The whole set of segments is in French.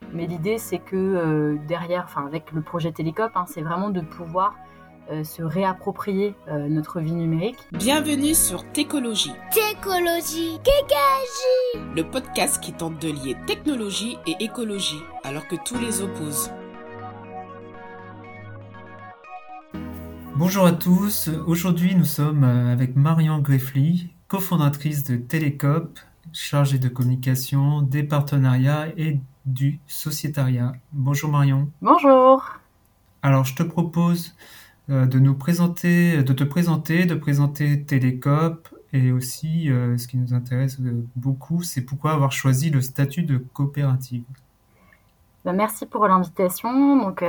Mais l'idée, c'est que derrière, avec le projet Télécope, c'est vraiment de pouvoir se réapproprier notre vie numérique. Bienvenue sur Técologie. Técologie, Kékagie, le podcast qui tente de lier technologie et écologie, alors que tous les opposent. Bonjour à tous, aujourd'hui nous sommes avec Marion Greffly, cofondatrice de Télécope, chargée de communication, des partenariats et du sociétariat. Bonjour Marion. Bonjour. Alors je te propose de te présenter Télécope et aussi ce qui nous intéresse beaucoup, c'est pourquoi avoir choisi le statut de coopérative. Merci pour l'invitation. Donc,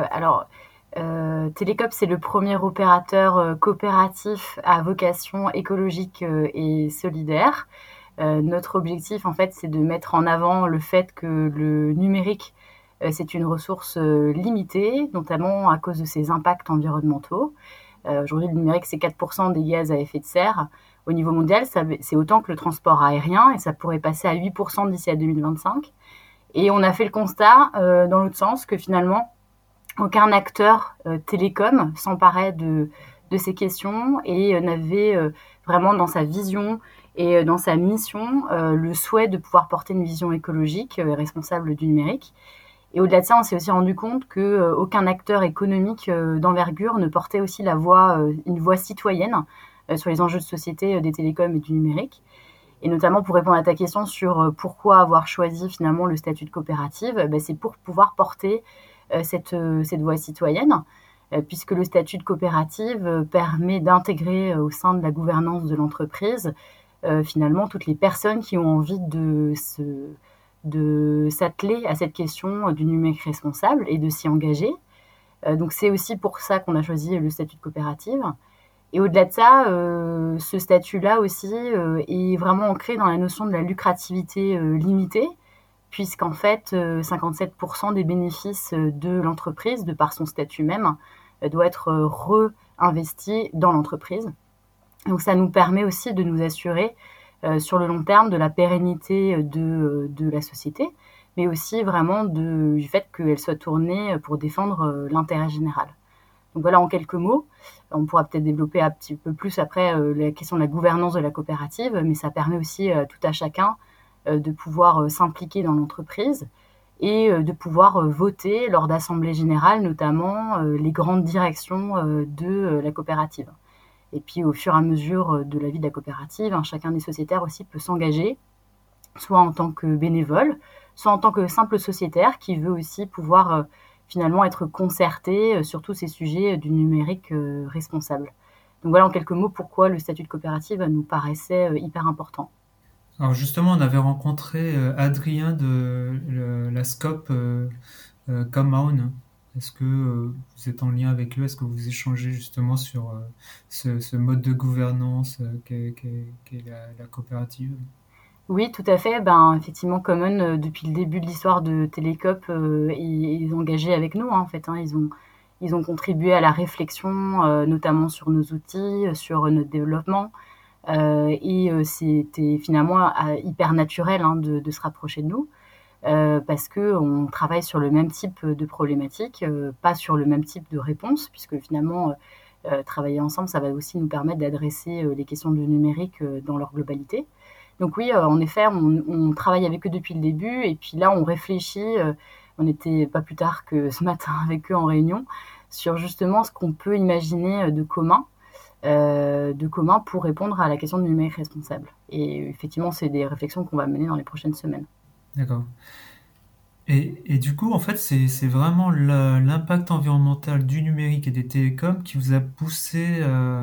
Télécope, c'est le premier opérateur coopératif à vocation écologique et solidaire. Notre objectif, en fait, c'est de mettre en avant le fait que le numérique, c'est une ressource limitée, notamment à cause de ses impacts environnementaux. Aujourd'hui, le numérique, c'est 4% des gaz à effet de serre. Au niveau mondial, c'est autant que le transport aérien et ça pourrait passer à 8% d'ici à 2025. Et on a fait le constat, dans l'autre sens, que finalement, aucun acteur télécom s'emparait de ces questions et n'avait vraiment dans sa vision et dans sa mission le souhait de pouvoir porter une vision écologique et responsable du numérique. Et au-delà de ça, on s'est aussi rendu compte qu'aucun acteur économique d'envergure ne portait aussi une voix citoyenne sur les enjeux de société des télécoms et du numérique. Et notamment pour répondre à ta question sur pourquoi avoir choisi finalement le statut de coopérative, c'est pour pouvoir porter cette voix citoyenne, puisque le statut de coopérative permet d'intégrer au sein de la gouvernance de l'entreprise finalement toutes les personnes qui ont envie de s'atteler à cette question du numérique responsable et de s'y engager. Donc c'est aussi pour ça qu'on a choisi le statut de coopérative. Et au-delà de ça, ce statut-là aussi est vraiment ancré dans la notion de la lucrativité limitée, puisqu'en fait, 57% des bénéfices de l'entreprise, de par son statut même, doit être réinvesti dans l'entreprise. Donc ça nous permet aussi de nous assurer sur le long terme de la pérennité de la société, mais aussi vraiment du fait qu'elle soit tournée pour défendre l'intérêt général. Donc voilà, en quelques mots, on pourra peut-être développer un petit peu plus après la question de la gouvernance de la coopérative, mais ça permet aussi tout à chacun de pouvoir s'impliquer dans l'entreprise et de pouvoir voter lors d'assemblées générales, notamment les grandes directions de la coopérative. Et puis au fur et à mesure de la vie de la coopérative, chacun des sociétaires aussi peut s'engager, soit en tant que bénévole, soit en tant que simple sociétaire qui veut aussi pouvoir finalement être concerté sur tous ces sujets du numérique responsable. Donc voilà en quelques mots pourquoi le statut de coopérative nous paraissait hyper important. Alors justement, on avait rencontré Adrien de la SCOP Commoun. Est-ce que vous êtes en lien avec eux? Est-ce que vous échangez justement sur ce mode de gouvernance qu'est la coopérative? Oui, tout à fait. Effectivement, Common, depuis le début de l'histoire de Télécope, est engagé avec nous, en fait. Ils ont contribué à la réflexion, notamment sur nos outils, sur notre développement. Et c'était finalement hyper naturel de se rapprocher de nous, parce qu'on travaille sur le même type de problématiques, pas sur le même type de réponse, puisque finalement, travailler ensemble, ça va aussi nous permettre d'adresser les questions du numérique dans leur globalité. Donc oui, en effet, on travaille avec eux depuis le début et puis là, on réfléchit, on n'était pas plus tard que ce matin avec eux en réunion, sur justement ce qu'on peut imaginer de commun pour répondre à la question du numérique responsable. Et effectivement, c'est des réflexions qu'on va mener dans les prochaines semaines. D'accord. Et du coup, en fait, c'est vraiment l'impact environnemental du numérique et des télécoms qui vous a poussé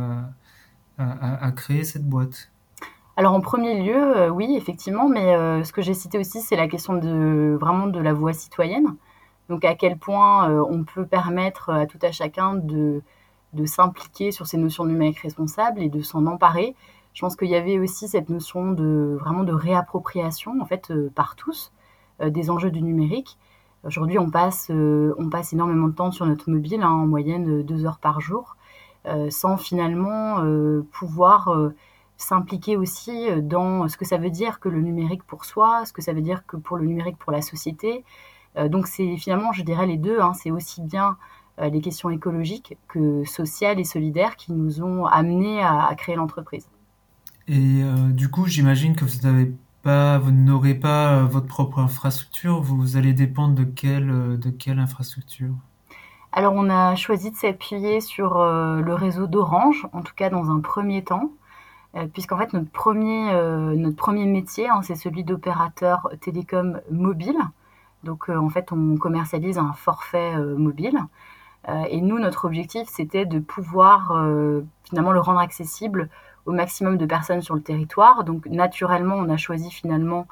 à créer cette boîte. Alors en premier lieu, oui, effectivement, mais ce que j'ai cité aussi, c'est la question vraiment de la voix citoyenne. Donc à quel point on peut permettre à tout à chacun de s'impliquer sur ces notions de numérique responsable et de s'en emparer. Je pense qu'il y avait aussi cette notion vraiment de réappropriation, en fait, par tous, des enjeux du numérique. Aujourd'hui, on passe énormément de temps sur notre mobile, en moyenne 2 heures par jour, sans finalement pouvoir s'impliquer aussi dans ce que ça veut dire que le numérique pour soi, ce que ça veut dire que pour le numérique pour la société, Donc c'est finalement, je dirais les deux, hein, c'est aussi bien les questions écologiques que sociales et solidaires qui nous ont amenés à créer l'entreprise. Et du coup, j'imagine que vous n'aurez pas votre propre infrastructure, vous allez dépendre de quelle infrastructure? Alors on a choisi de s'appuyer sur le réseau d'Orange, en tout cas dans un premier temps, puisqu'en fait notre premier métier, hein, c'est celui d'opérateur télécom mobile. Donc en fait on commercialise un forfait mobile. Et nous, notre objectif, c'était de pouvoir finalement le rendre accessible au maximum de personnes sur le territoire. Donc naturellement, on a choisi finalement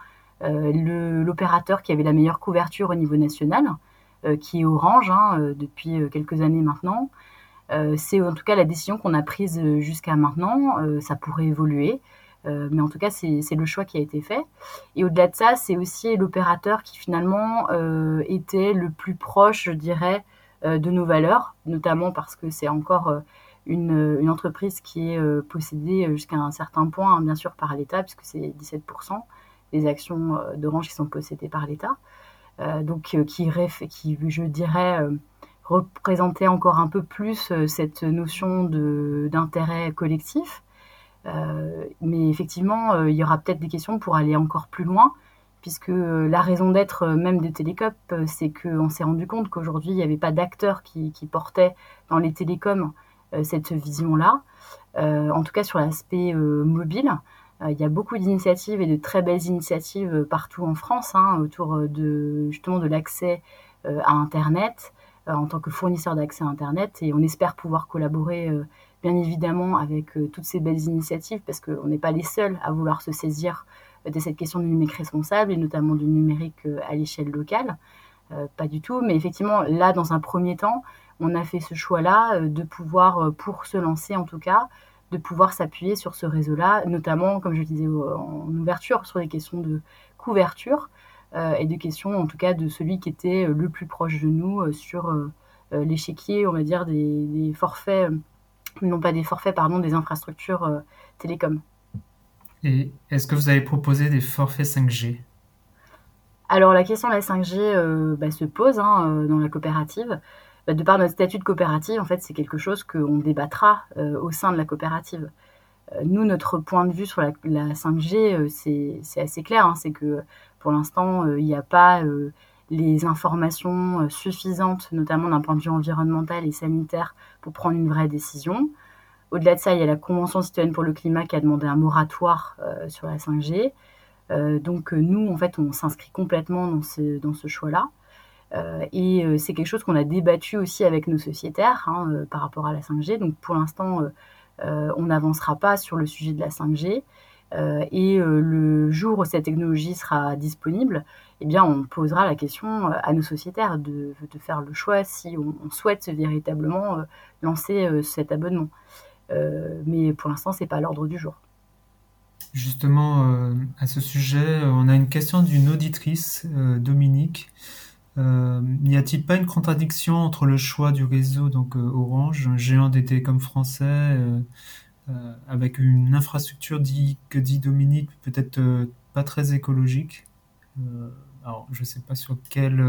l'opérateur qui avait la meilleure couverture au niveau national, qui est Orange, hein, depuis quelques années maintenant. C'est en tout cas la décision qu'on a prise jusqu'à maintenant. Ça pourrait évoluer, mais en tout cas, c'est le choix qui a été fait. Et au-delà de ça, c'est aussi l'opérateur qui finalement était le plus proche, je dirais, de nos valeurs, notamment parce que c'est encore une entreprise qui est possédée jusqu'à un certain point, hein, bien sûr, par l'État, puisque c'est 17% des actions d'Orange qui sont possédées par l'État. Donc qui, je dirais, représentait encore un peu plus cette notion d'intérêt collectif. Mais effectivement, il y aura peut-être des questions pour aller encore plus loin, puisque la raison d'être même des télécoms, c'est qu'on s'est rendu compte qu'aujourd'hui, il n'y avait pas d'acteurs qui portaient dans les télécoms cette vision-là. En tout cas, sur l'aspect mobile, il y a beaucoup d'initiatives et de très belles initiatives partout en France, hein, autour justement de l'accès à Internet, en tant que fournisseur d'accès à Internet. Et on espère pouvoir collaborer bien évidemment avec toutes ces belles initiatives, parce qu'on n'est pas les seuls à vouloir se saisir de cette question du numérique responsable, et notamment du numérique à l'échelle locale. Pas du tout, mais effectivement, là, dans un premier temps, on a fait ce choix-là de pouvoir, pour se lancer en tout cas, de pouvoir s'appuyer sur ce réseau-là, notamment, comme je le disais en ouverture, sur les questions de couverture et des questions, en tout cas, de celui qui était le plus proche de nous sur l'échiquier, on va dire, des forfaits, non pas des forfaits, pardon, des infrastructures télécom. Et est-ce que vous avez proposé des forfaits 5G? Alors la question de la 5G se pose, hein, dans la coopérative. De par notre statut de coopérative, en fait, c'est quelque chose qu'on débattra au sein de la coopérative. Nous, notre point de vue sur la 5G, c'est assez clair, hein, c'est que pour l'instant, il n'y a pas les informations suffisantes, notamment d'un point de vue environnemental et sanitaire, pour prendre une vraie décision. Au-delà de ça, il y a la Convention citoyenne pour le climat qui a demandé un moratoire sur la 5G. Donc nous, en fait, on s'inscrit complètement dans ce choix-là. Et c'est quelque chose qu'on a débattu aussi avec nos sociétaires, hein, par rapport à la 5G. Donc pour l'instant, on n'avancera pas sur le sujet de la 5G. Et le jour où cette technologie sera disponible, eh bien, on posera la question à nos sociétaires de faire le choix si on souhaite véritablement lancer cet abonnement. Mais pour l'instant, c'est pas à l'ordre du jour. Justement, à ce sujet, on a une question d'une auditrice, Dominique. N'y a-t-il pas une contradiction entre le choix du réseau, donc Orange, un géant des télécoms français, avec une infrastructure que dit Dominique, peut-être pas très écologique? Alors, je ne sais pas sur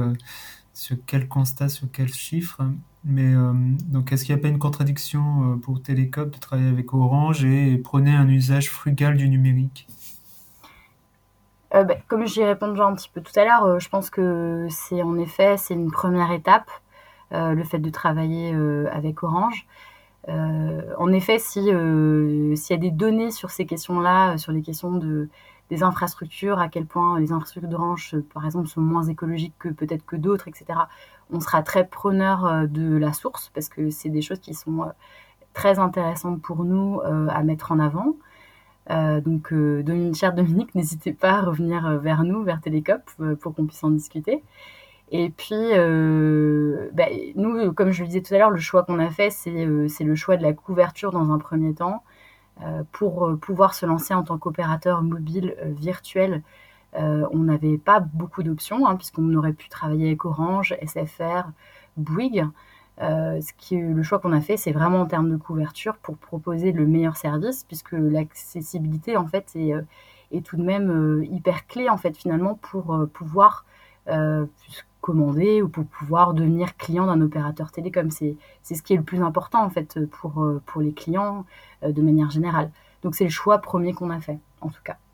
quel constat, sur quel chiffre, mais donc est-ce qu'il n'y a pas une contradiction pour Télécom de travailler avec Orange et prôner un usage frugal du numérique? Comme j'y ai répondu un petit peu tout à l'heure, je pense que c'est une première étape, le fait de travailler avec Orange. En effet, s'il y a des données sur ces questions-là, sur les questions des infrastructures, à quel point les infrastructures d'Orange, par exemple, sont moins écologiques que peut-être que d'autres, etc., on sera très preneur de la source, parce que c'est des choses qui sont très intéressantes pour nous à mettre en avant. Donc, chère Dominique, n'hésitez pas à revenir vers nous, vers Télécop, pour qu'on puisse en discuter. Et puis, nous, comme je le disais tout à l'heure, le choix qu'on a fait, c'est le choix de la couverture dans un premier temps, pour pouvoir se lancer en tant qu'opérateur mobile virtuel. On n'avait pas beaucoup d'options, hein, puisqu'on aurait pu travailler avec Orange, SFR, Bouygues. Le choix qu'on a fait, c'est vraiment en termes de couverture pour proposer le meilleur service, puisque l'accessibilité, en fait, est tout de même hyper clé, en fait, finalement, pour pouvoir commander ou pour pouvoir devenir client d'un opérateur télécom. C'est ce qui est le plus important en fait pour les clients de manière générale. Donc c'est le choix premier qu'on a fait en tout cas.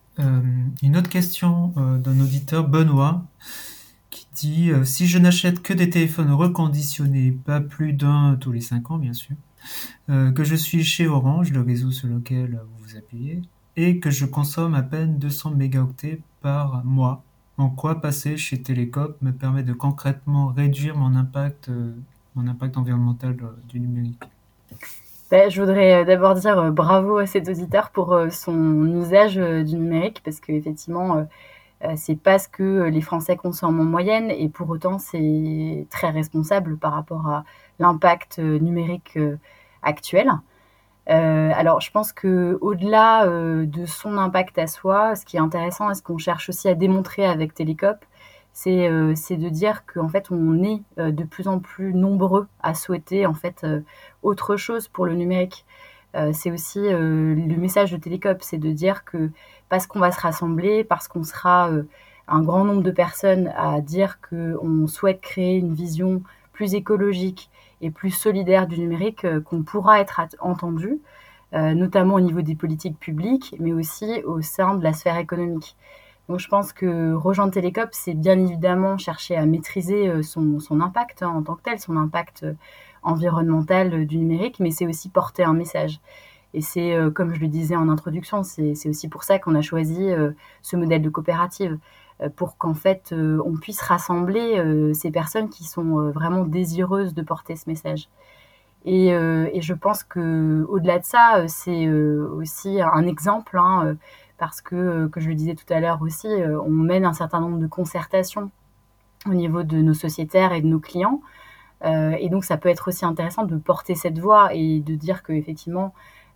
Une autre question d'un auditeur, Benoît, qui dit si je n'achète que des téléphones reconditionnés, pas plus d'un tous les 5 ans bien sûr, que je suis chez Orange, le réseau sur lequel vous vous appuyez, et que je consomme à peine 200 mégaoctets par mois, en quoi passer chez Télécoop me permet de concrètement réduire mon impact environnemental du numérique? Je voudrais d'abord dire bravo à cet auditeur pour son usage du numérique parce qu'effectivement, c'est pas ce que les Français consomment en moyenne et pour autant, c'est très responsable par rapport à l'impact numérique actuel. Alors, je pense qu'au-delà de son impact à soi, ce qui est intéressant et ce qu'on cherche aussi à démontrer avec Télécoop, c'est de dire qu'en fait, on est de plus en plus nombreux à souhaiter en fait autre chose pour le numérique. C'est aussi le message de Télécoop, c'est de dire que parce qu'on va se rassembler, parce qu'on sera un grand nombre de personnes à dire qu'on souhaite créer une vision plus écologique et plus solidaire du numérique, qu'on pourra être entendu, notamment au niveau des politiques publiques, mais aussi au sein de la sphère économique. Donc je pense que rejoindre Télécoop, c'est bien évidemment chercher à maîtriser son impact en tant que tel, son impact environnemental du numérique, mais c'est aussi porter un message. Et c'est, comme je le disais en introduction, c'est aussi pour ça qu'on a choisi ce modèle de coopérative, pour qu'en fait on puisse rassembler ces personnes qui sont vraiment désireuses de porter ce message. Et je pense qu'au-delà de ça, c'est aussi un exemple, parce que je le disais tout à l'heure aussi, on mène un certain nombre de concertations au niveau de nos sociétaires et de nos clients. Et donc, ça peut être aussi intéressant de porter cette voix et de dire qu'effectivement,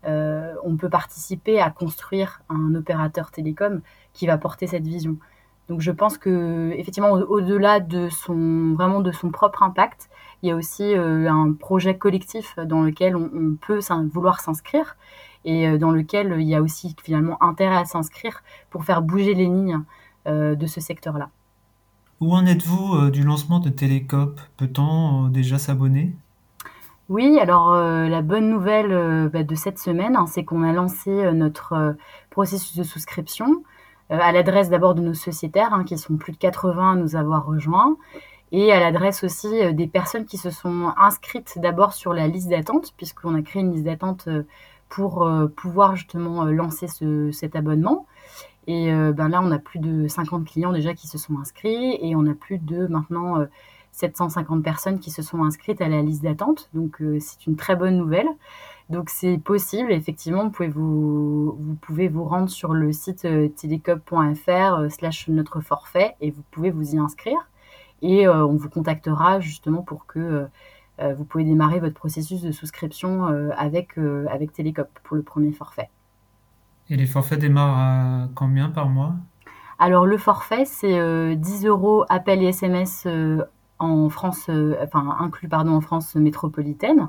on peut participer à construire un opérateur télécom qui va porter cette vision. Donc, je pense qu'effectivement, au-delà de vraiment de son propre impact, il y a aussi un projet collectif dans lequel on peut vouloir s'inscrire et dans lequel il y a aussi finalement intérêt à s'inscrire pour faire bouger les lignes de ce secteur-là. Où en êtes-vous du lancement de Télécoop? Peut-on déjà s'abonner? Oui, alors la bonne nouvelle de cette semaine, c'est qu'on a lancé notre processus de souscription à l'adresse d'abord de nos sociétaires, qui sont plus de 80 à nous avoir rejoints, et à l'adresse aussi des personnes qui se sont inscrites d'abord sur la liste d'attente, puisqu'on a créé une liste d'attente pour pouvoir justement lancer cet abonnement. Et là, on a plus de 50 clients déjà qui se sont inscrits et on a plus de maintenant 750 personnes qui se sont inscrites à la liste d'attente. Donc, c'est une très bonne nouvelle. Donc, c'est possible. Effectivement, vous pouvez vous rendre sur le site telecoop.fr/notre forfait et vous pouvez vous y inscrire. Et on vous contactera justement pour que vous pouvez démarrer votre processus de souscription avec Télécoop pour le premier forfait. Et les forfaits démarrent à combien par mois? Alors le forfait, c'est 10 € appels et SMS en France, inclus en France métropolitaine.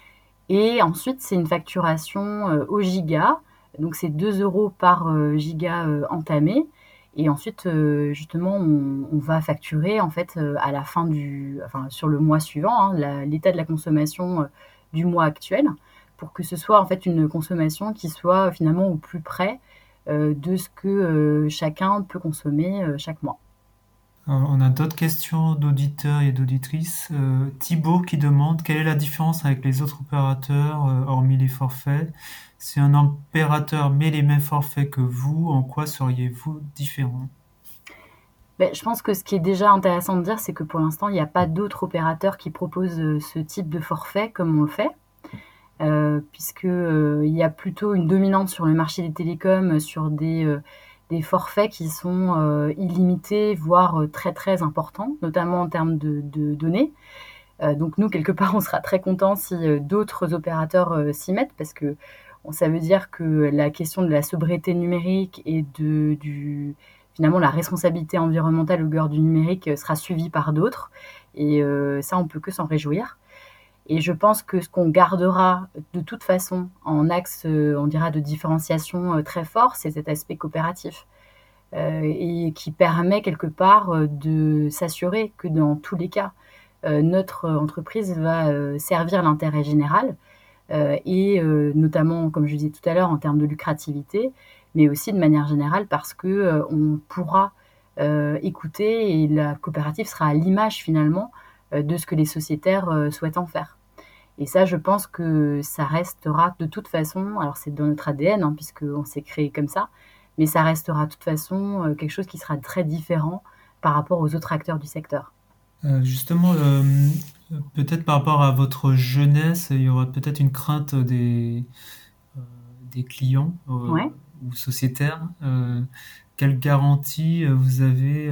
Et ensuite, c'est une facturation au giga. Donc c'est 2 € par giga entamé. Et ensuite, justement, on va facturer en fait à la fin sur le mois suivant, l'état de la consommation du mois actuel, pour que ce soit en fait une consommation qui soit finalement au plus près de ce que chacun peut consommer chaque mois. Alors, on a d'autres questions d'auditeurs et d'auditrices. Thibaut qui demande quelle est la différence avec les autres opérateurs hormis les forfaits. Si un opérateur met les mêmes forfaits que vous, en quoi seriez-vous différent? Je pense que ce qui est déjà intéressant de dire, c'est que pour l'instant, il n'y a pas d'autres opérateurs qui proposent ce type de forfait comme on le fait. Puisqu'il y a plutôt une dominante sur le marché des télécoms sur des forfaits qui sont illimités, voire très très importants, notamment en termes de données. Donc nous, quelque part, on sera très contents si d'autres opérateurs s'y mettent, parce que ça veut dire que la question de la sobriété numérique et finalement la responsabilité environnementale au cœur du numérique sera suivie par d'autres. Et ça, on peut que s'en réjouir. Et je pense que ce qu'on gardera de toute façon en axe, on dira, de différenciation très fort, c'est cet aspect coopératif. et qui permet quelque part de s'assurer que dans tous les cas, notre entreprise va servir l'intérêt général et notamment, comme je disais tout à l'heure, en termes de lucrativité, mais aussi de manière générale parce que on pourra écouter et la coopérative sera à l'image finalement de ce que les sociétaires souhaitent en faire. Et ça, je pense que ça restera de toute façon, alors c'est dans notre ADN, hein, puisqu'on s'est créé comme ça, mais ça restera de toute façon quelque chose qui sera très différent par rapport aux autres acteurs du secteur. Justement, peut-être par rapport à votre jeunesse, il y aura peut-être une crainte des clients Ouais. ou sociétaires. Quelle garantie vous avez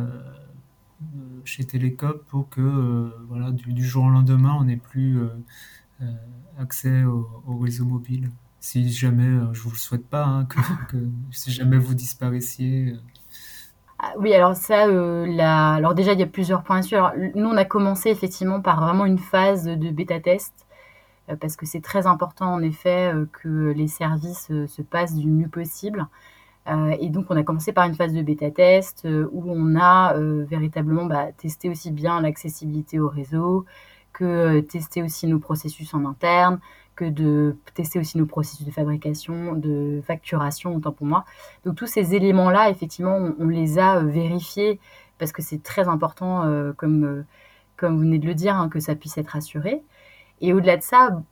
chez Télécope pour que voilà, du jour au lendemain, on n'ait plus euh, accès au réseau mobile? Si jamais, je vous le souhaite pas, hein, si jamais vous disparaissiez. Ah oui, alors ça, alors déjà, il y a plusieurs points là-dessus. Alors, nous, on a commencé effectivement par vraiment une phase de bêta-test, parce que c'est très important, en effet, que les services se passent du mieux possible. Et donc, on a commencé par une phase de bêta-test où on a véritablement testé aussi bien l'accessibilité au réseau, que tester aussi nos processus en interne, que de tester aussi nos processus de fabrication, de facturation, autant pour moi. Donc, tous ces éléments-là, effectivement, on les a vérifiés parce que c'est très important, comme vous venez de le dire, hein, que ça puisse être assuré. Et au-delà de ça,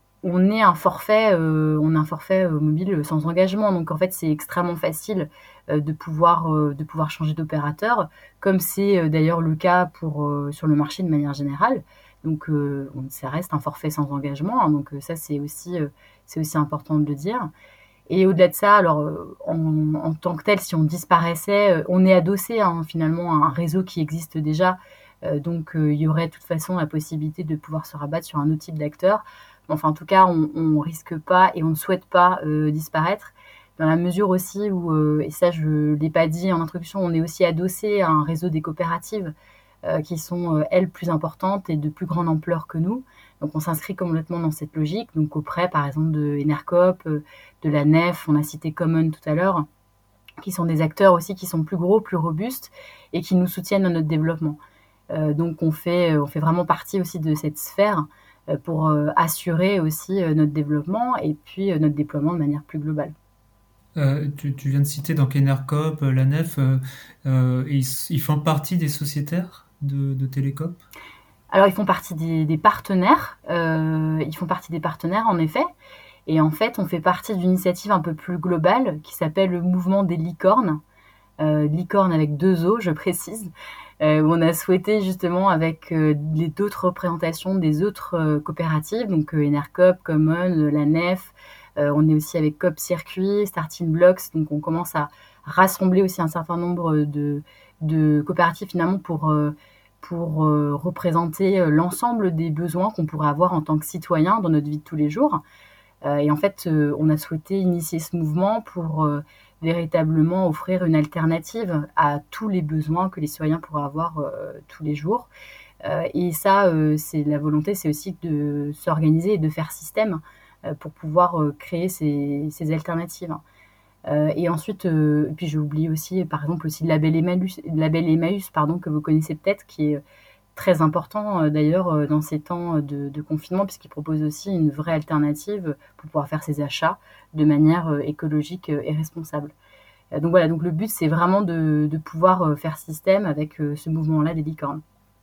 on a un forfait mobile sans engagement. Donc en fait, c'est extrêmement facile de pouvoir changer d'opérateur, comme c'est d'ailleurs le cas sur le marché de manière générale. Donc ça reste un forfait sans engagement, hein. Donc ça, c'est aussi important de le dire. Et au-delà de ça, alors en tant que tel, si on disparaissait, on est adossé, hein, finalement à un réseau qui existe déjà. Donc il y aurait de toute façon la possibilité de pouvoir se rabattre sur un autre type d'acteur. Enfin, en tout cas, on risque pas et on ne souhaite pas disparaître, dans la mesure aussi où, et ça je ne l'ai pas dit en introduction, on est aussi adossé à un réseau des coopératives qui sont, elles, plus importantes et de plus grande ampleur que nous. Donc on s'inscrit complètement dans cette logique, donc auprès par exemple de Enercoop, de la Nef, on a cité Common tout à l'heure, qui sont des acteurs aussi qui sont plus gros, plus robustes et qui nous soutiennent dans notre développement. Donc on fait vraiment partie aussi de cette sphère pour assurer aussi notre développement et puis notre déploiement de manière plus globale. Tu viens de citer donc Enercoop, la Nef, ils font partie des sociétaires de Télécope? Alors ils font partie des partenaires, ils font partie des partenaires en effet, et en fait on fait partie d'une initiative un peu plus globale qui s'appelle le mouvement des licornes, licorne avec 2 O, je précise, où on a souhaité justement avec les d'autres représentations des autres coopératives, donc Enercoop, Common, la Nef, on est aussi avec Coop Circuit, Starting Blocks, donc on commence à rassembler aussi un certain nombre de coopératives finalement pour représenter l'ensemble des besoins qu'on pourrait avoir en tant que citoyen dans notre vie de tous les jours. Et en fait, on a souhaité initier ce mouvement pour véritablement offrir une alternative à tous les besoins que les citoyens pourraient avoir tous les jours. Et ça, c'est la volonté, c'est aussi de s'organiser et de faire système pour pouvoir créer ces alternatives. Et ensuite, puis j'ai oublié aussi, par exemple, aussi le label Emmaüs, pardon, que vous connaissez peut-être, qui est très important d'ailleurs dans ces temps de confinement, puisqu'il propose aussi une vraie alternative pour pouvoir faire ses achats de manière écologique et responsable. Donc voilà, donc le but c'est vraiment de pouvoir faire système avec ce mouvement-là des licornes.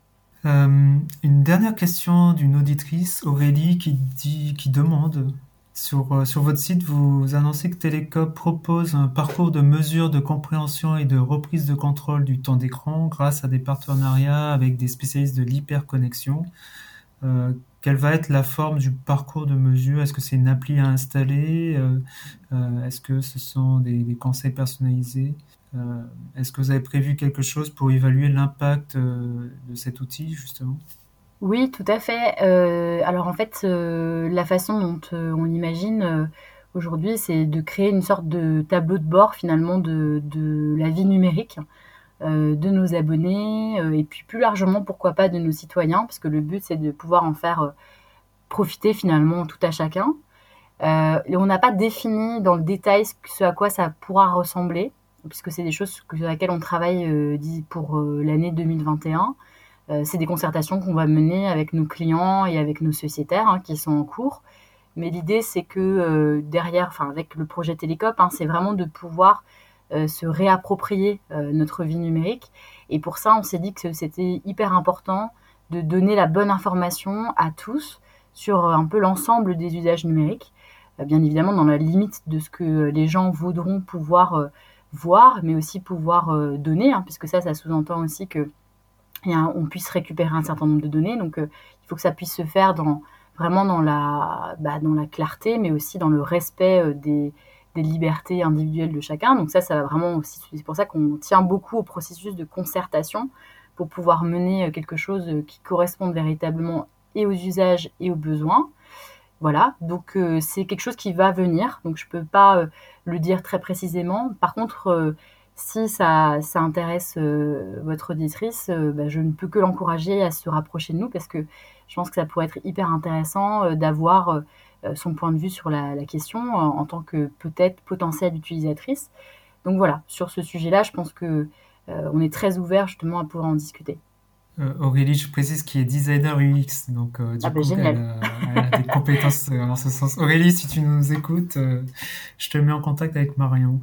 Une dernière question d'une auditrice, Aurélie, qui demande sur votre site, vous annoncez que Télécope propose un parcours de mesure de compréhension et de reprise de contrôle du temps d'écran grâce à des partenariats avec des spécialistes de l'hyperconnexion. Quelle va être la forme du parcours de mesure? Est-ce que c'est une appli à installer? Est-ce que ce sont des conseils personnalisés? Est-ce que vous avez prévu quelque chose pour évaluer l'impact de cet outil, justement? Oui, tout à fait. Alors en fait, la façon dont on l'imagine aujourd'hui, c'est de créer une sorte de tableau de bord finalement de la vie numérique de nos abonnés et puis plus largement, pourquoi pas, de nos citoyens, parce que le but c'est de pouvoir en faire profiter finalement tout à chacun. Et on n'a pas défini dans le détail ce à quoi ça pourra ressembler. puisque c'est des choses sur lesquelles on travaille pour l'année 2021. C'est des concertations qu'on va mener avec nos clients et avec nos sociétaires qui sont en cours. Mais l'idée, c'est que derrière, avec le projet Télécope, c'est vraiment de pouvoir se réapproprier notre vie numérique. Et pour ça, on s'est dit que c'était hyper important de donner la bonne information à tous sur un peu l'ensemble des usages numériques. Bien évidemment, dans la limite de ce que les gens voudront pouvoir voir, mais aussi pouvoir donner, puisque ça sous-entend aussi que on puisse récupérer un certain nombre de données. Donc, il faut que ça puisse se faire vraiment dans la clarté, mais aussi dans le respect des libertés individuelles de chacun. Donc ça va vraiment aussi, c'est pour ça qu'on tient beaucoup au processus de concertation pour pouvoir mener quelque chose qui corresponde véritablement et aux usages et aux besoins. Voilà, donc c'est quelque chose qui va venir, donc je ne peux pas le dire très précisément. Par contre, si ça intéresse votre auditrice, je ne peux que l'encourager à se rapprocher de nous, parce que je pense que ça pourrait être hyper intéressant d'avoir son point de vue sur la question en tant que peut-être potentielle utilisatrice. Donc voilà, sur ce sujet-là, je pense que on est très ouvert justement à pouvoir en discuter. Aurélie, je précise, qui est designer UX, donc du coup, génial. Elle a des compétences en ce sens. Aurélie, si tu nous écoutes, je te mets en contact avec Marion.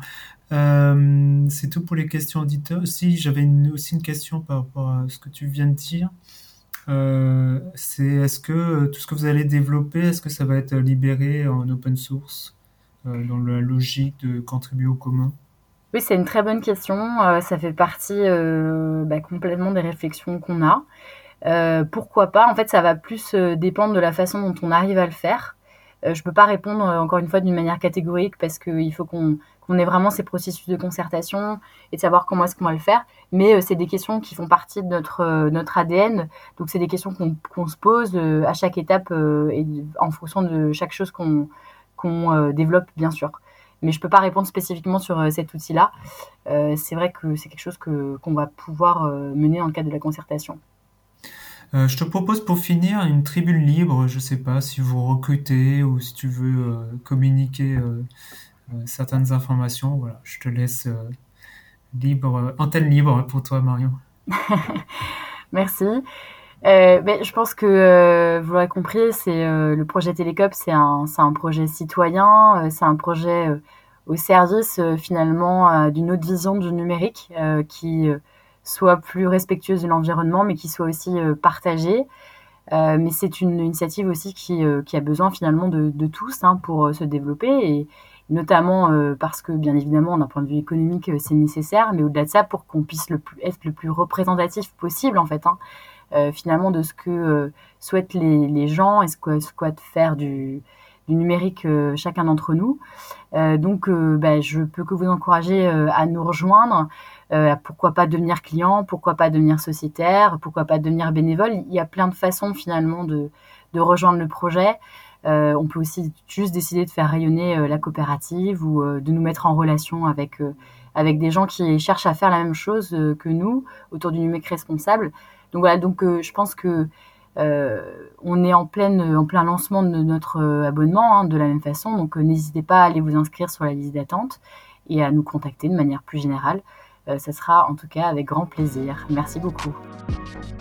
C'est tout pour les questions auditeurs. Si, j'avais aussi une question par rapport à ce que tu viens de dire. C'est est-ce que tout ce que vous allez développer, est-ce que ça va être libéré en open source, dans la logique de contribuer au commun? Oui, c'est une très bonne question. Ça fait partie complètement des réflexions qu'on a. Pourquoi pas? En fait, ça va plus dépendre de la façon dont on arrive à le faire. Je peux pas répondre encore une fois d'une manière catégorique, parce qu'il faut qu'on ait vraiment ces processus de concertation et de savoir comment est-ce qu'on va le faire. Mais c'est des questions qui font partie de notre ADN. Donc c'est des questions qu'on se pose à chaque étape et en fonction de chaque chose qu'on développe, bien sûr. Mais je peux pas répondre spécifiquement sur cet outil-là. C'est vrai que c'est quelque chose qu'on va pouvoir mener dans le cadre de la concertation. Je te propose pour finir une tribune libre. Je sais pas si vous recrutez ou si tu veux communiquer certaines informations. Voilà, je te laisse antenne libre pour toi, Marion. Merci. Je pense que vous l'aurez compris, c'est le projet Télécope, c'est un projet citoyen, c'est un projet au service finalement d'une autre vision du numérique qui soit plus respectueuse de l'environnement, mais qui soit aussi partagée. Mais c'est une initiative aussi qui a besoin finalement de tous pour se développer, et notamment parce que bien évidemment d'un point de vue économique c'est nécessaire, mais au-delà de ça pour qu'on puisse être le plus représentatif possible en fait. Finalement de ce que souhaitent les gens et ce que souhaitent faire du numérique chacun d'entre nous. Donc je peux que vous encourager à nous rejoindre. Pourquoi pas devenir client, pourquoi pas devenir sociétaire, pourquoi pas devenir bénévole. Il y a plein de façons finalement de rejoindre le projet. On peut aussi juste décider de faire rayonner la coopérative ou de nous mettre en relation avec des gens qui cherchent à faire la même chose que nous autour du numérique responsable. Donc voilà, je pense que on est en plein lancement de notre abonnement de la même façon. Donc n'hésitez pas à aller vous inscrire sur la liste d'attente et à nous contacter de manière plus générale. Ça sera en tout cas avec grand plaisir. Merci beaucoup.